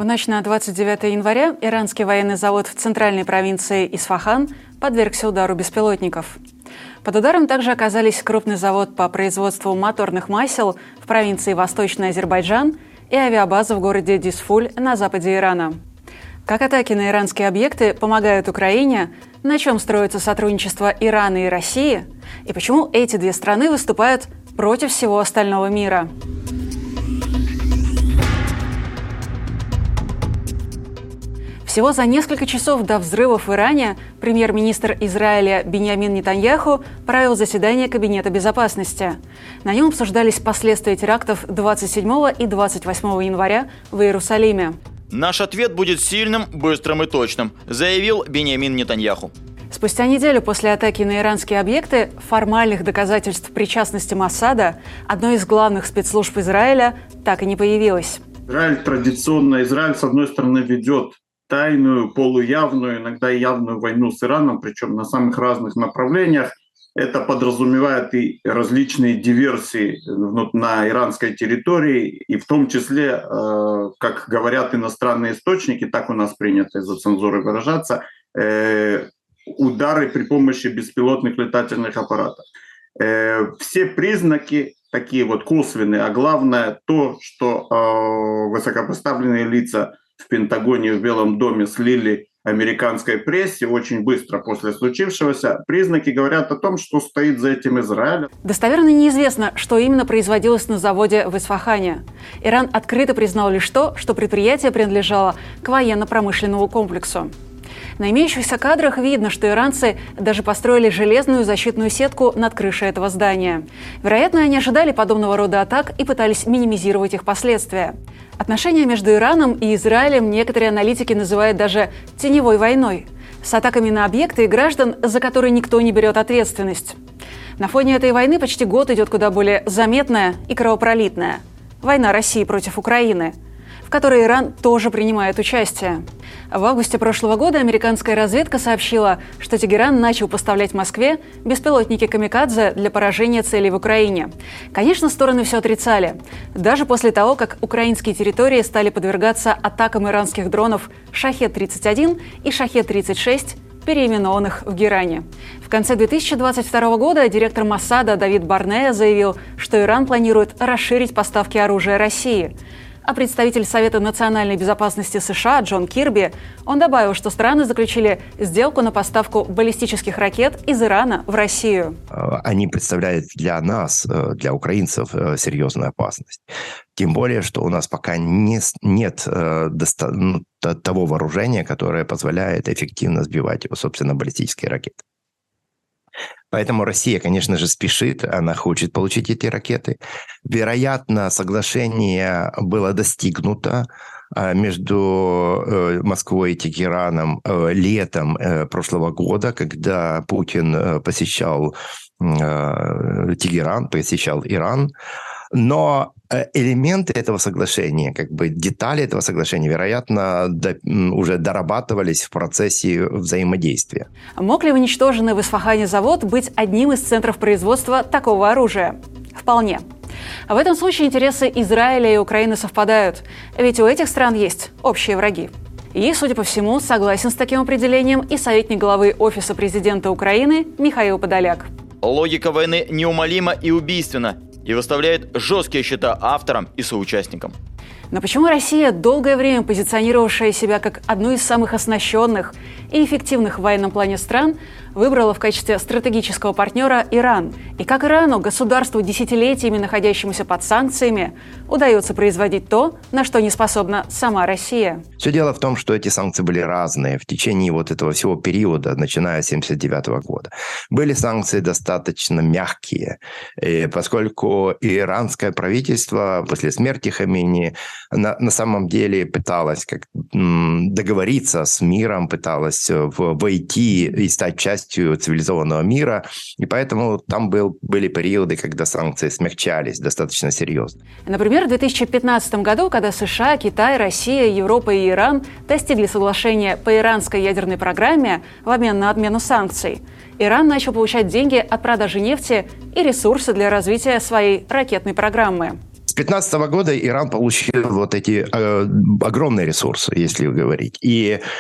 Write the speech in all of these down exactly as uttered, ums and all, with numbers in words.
В ночь на двадцать девятое января иранский военный завод в центральной провинции Исфахан подвергся удару беспилотников. Под ударом также оказались крупный завод по производству моторных масел в провинции Восточный Азербайджан и авиабаза в городе Дизфуль на западе Ирана. Как атаки на иранские объекты помогают Украине, на чем строится сотрудничество Ирана и России, и почему эти две страны выступают против всего остального мира. Всего за несколько часов до взрывов в Иране премьер-министр Израиля Биньямин Нетаньяху провел заседание Кабинета безопасности. На нем обсуждались последствия терактов двадцать седьмого и двадцать восьмого января в Иерусалиме. «Наш ответ будет сильным, быстрым и точным», заявил Биньямин Нетаньяху. Спустя неделю после атаки на иранские объекты формальных доказательств причастности Моссада, одной из главных спецслужб Израиля, так и не появилось. Израиль традиционно, Израиль, с одной стороны, ведет тайную, полуявную, иногда и явную войну с Ираном, причем на самых разных направлениях. Это подразумевает и различные диверсии на иранской территории, и в том числе, как говорят иностранные источники, так у нас принято из-за цензуры выражаться, удары при помощи беспилотных летательных аппаратов. Все признаки такие вот косвенные, а главное то, что высокопоставленные лица в Пентагоне и в Белом доме слили американской прессе очень быстро после случившегося, признаки говорят о том, что стоит за этим Израиль. Достоверно неизвестно, что именно производилось на заводе в Исфахане. Иран открыто признал лишь то, что предприятие принадлежало к военно-промышленному комплексу. На имеющихся кадрах видно, что иранцы даже построили железную защитную сетку над крышей этого здания. Вероятно, они ожидали подобного рода атак и пытались минимизировать их последствия. Отношения между Ираном и Израилем некоторые аналитики называют даже теневой войной, с атаками на объекты и граждан, за которые никто не берет ответственность. На фоне этой войны почти год идет куда более заметная и кровопролитная война России против Украины, в которой Иран тоже принимает участие. В августе прошлого года американская разведка сообщила, что Тегеран начал поставлять Москве беспилотники «Камикадзе» для поражения целей в Украине. Конечно, стороны все отрицали. Даже после того, как украинские территории стали подвергаться атакам иранских дронов «Шахед тридцать один» и «Шахед тридцать шесть», переименованных в Геране. В конце две тысячи двадцать второго года директор Моссада Давид Барнея заявил, что Иран планирует расширить поставки оружия России. А представитель Совета национальной безопасности США Джон Кирби, он добавил, что страны заключили сделку на поставку баллистических ракет из Ирана в Россию. Они представляют для нас, для украинцев, серьезную опасность. Тем более, что у нас пока не, нет доста- ну, того вооружения, которое позволяет эффективно сбивать его, собственно, баллистические ракеты. Поэтому Россия, конечно же, спешит, она хочет получить эти ракеты. Вероятно, соглашение было достигнуто между Москвой и Тегераном летом прошлого года, когда Путин посещал Тегеран, посещал Иран. Но элементы этого соглашения, как бы детали этого соглашения, вероятно, до, уже дорабатывались в процессе взаимодействия. Мог ли уничтоженный в Исфахане завод быть одним из центров производства такого оружия? Вполне. В этом случае интересы Израиля и Украины совпадают, ведь у этих стран есть общие враги. И, судя по всему, согласен с таким определением и советник главы Офиса президента Украины Михаил Подоляк. Логика войны неумолима и убийственна и выставляет жесткие счета авторам и соучастникам. Но почему Россия, долгое время позиционировавшая себя как одну из самых оснащенных и эффективных в военном плане стран, выбрала в качестве стратегического партнера Иран? И как Ирану, государству, десятилетиями находящемуся под санкциями, удается производить то, на что не способна сама Россия? Все дело в том, что эти санкции были разные в течение вот этого всего периода, начиная с семьдесят девятого года. Были санкции достаточно мягкие, поскольку иранское правительство после смерти Хаминеи на, на самом деле пыталось как, м, договориться с миром, пыталось в, войти и стать частью цивилизованного мира, и поэтому там был, были периоды, когда санкции смягчались достаточно серьезно. Например, в две тысячи пятнадцатом году, когда США, Китай, Россия, Европа и Иран достигли соглашения по иранской ядерной программе в обмен на отмену санкций, Иран начал получать деньги от продажи нефти и ресурсы для развития своей ракетной программы. С две тысячи пятнадцатого года Иран получил вот эти э, огромные ресурсы, если говорить. И, э,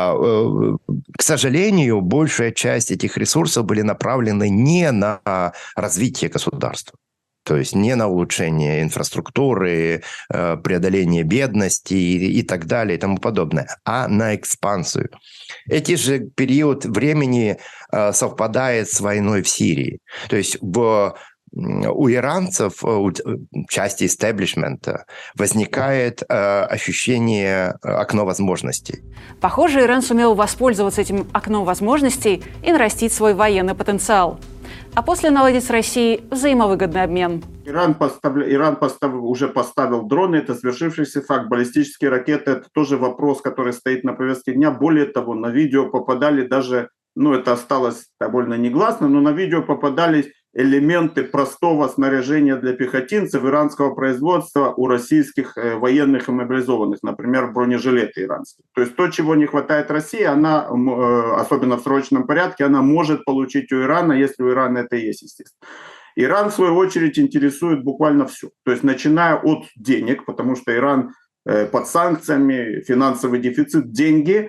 э, к сожалению, большая часть этих ресурсов были направлены не на развитие государства. То есть не на улучшение инфраструктуры, э, преодоление бедности и, и так далее и тому подобное, а на экспансию. Эти же период времени э, совпадает с войной в Сирии. То есть в у иранцев, у части истеблишмента, возникает э, ощущение окна возможностей. Похоже, Иран сумел воспользоваться этим окном возможностей и нарастить свой военный потенциал. А после наладить с Россией взаимовыгодный обмен. Иран, поставля... Иран постав... уже поставил дроны, это свершившийся факт. Баллистические ракеты – это тоже вопрос, который стоит на повестке дня. Более того, на видео попадали даже, ну это осталось довольно негласно, но на видео попадались элементы простого снаряжения для пехотинцев иранского производства у российских э, военных и мобилизованных, например, бронежилеты иранские. То есть то, чего не хватает России, она, э, особенно в срочном порядке, она может получить у Ирана, если у Ирана это есть, естественно. Иран, в свою очередь, интересует буквально все. То есть начиная от денег, потому что Иран э, под санкциями, финансовый дефицит, деньги,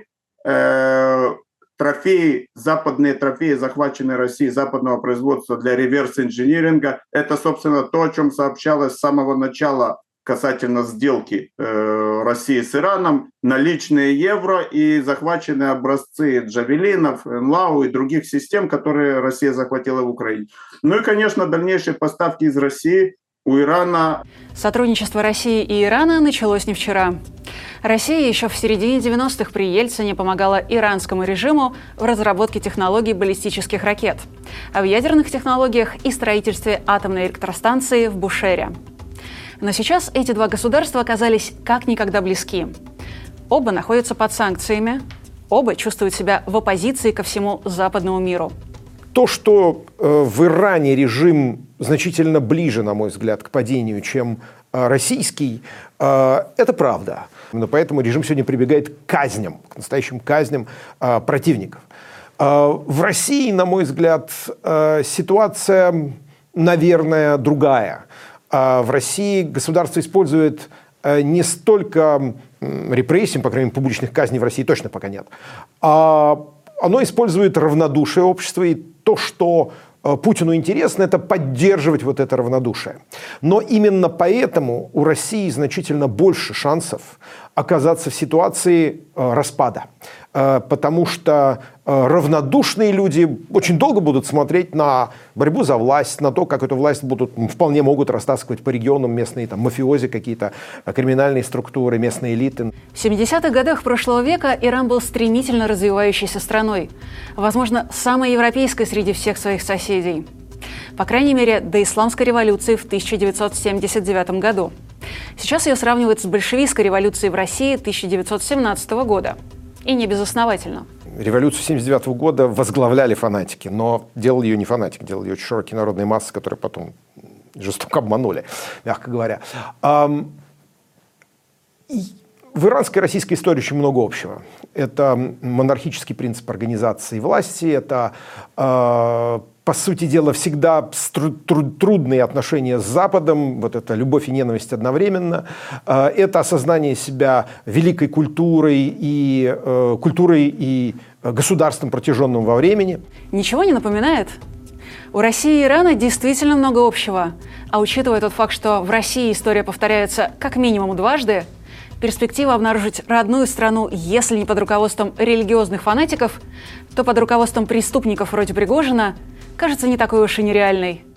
э, трофеи, западные трофеи, захваченные Россией западного производства для реверс-инжиниринга. Это, собственно, то, о чем сообщалось с самого начала касательно сделки э, России с Ираном. Наличные евро и захваченные образцы джавелинов, НЛАУ и других систем, которые Россия захватила в Украине. Ну и, конечно, дальнейшие поставки из России у Ирана. Сотрудничество России и Ирана началось не вчера. Россия еще в середине девяностых при Ельцине помогала иранскому режиму в разработке технологий баллистических ракет, а в ядерных технологиях и строительстве атомной электростанции в Бушере. Но сейчас эти два государства оказались как никогда близки. Оба находятся под санкциями, оба чувствуют себя в оппозиции ко всему западному миру. То, что э, в Иране режим значительно ближе, на мой взгляд, к падению, чем э, российский, э, это правда. Именно поэтому режим сегодня прибегает к казням, к настоящим казням э, противников. Э, в России, на мой взгляд, э, ситуация, наверное, другая. Э, в России государство использует э, не столько э, репрессий, по крайней мере, публичных казней в России точно пока нет, а оно использует равнодушие общества, и то, что э, Путину интересно, это поддерживать вот это равнодушие. Но именно поэтому у России значительно больше шансов оказаться в ситуации э, распада. Э, потому что э, равнодушные люди очень долго будут смотреть на борьбу за власть, на то, как эту власть будут, вполне могут растаскивать по регионам местные там, мафиози какие-то, э, криминальные структуры, местные элиты. В семидесятых годах прошлого века Иран был стремительно развивающейся страной, возможно, самой европейской среди всех своих соседей. По крайней мере, до исламской революции в тысяча девятьсот семьдесят девятом году. Сейчас ее сравнивают с большевистской революцией в России тысяча девятьсот семнадцатого года. И не безосновательно. Революцию семьдесят девятого года возглавляли фанатики, но делали ее не фанатики, делали ее очень широкие народные массы, которые потом жестоко обманули, мягко говоря. В иранской и российской истории очень много общего. Это монархический принцип организации власти, это, по сути дела, всегда трудные отношения с Западом, вот это любовь и ненависть одновременно, это осознание себя великой культурой и, культурой и государством, протяженным во времени. Ничего не напоминает? У России и Ирана действительно много общего. А учитывая тот факт, что в России история повторяется как минимум дважды, перспектива обнаружить родную страну, если не под руководством религиозных фанатиков, то под руководством преступников вроде Пригожина, кажется не такой уж и нереальной.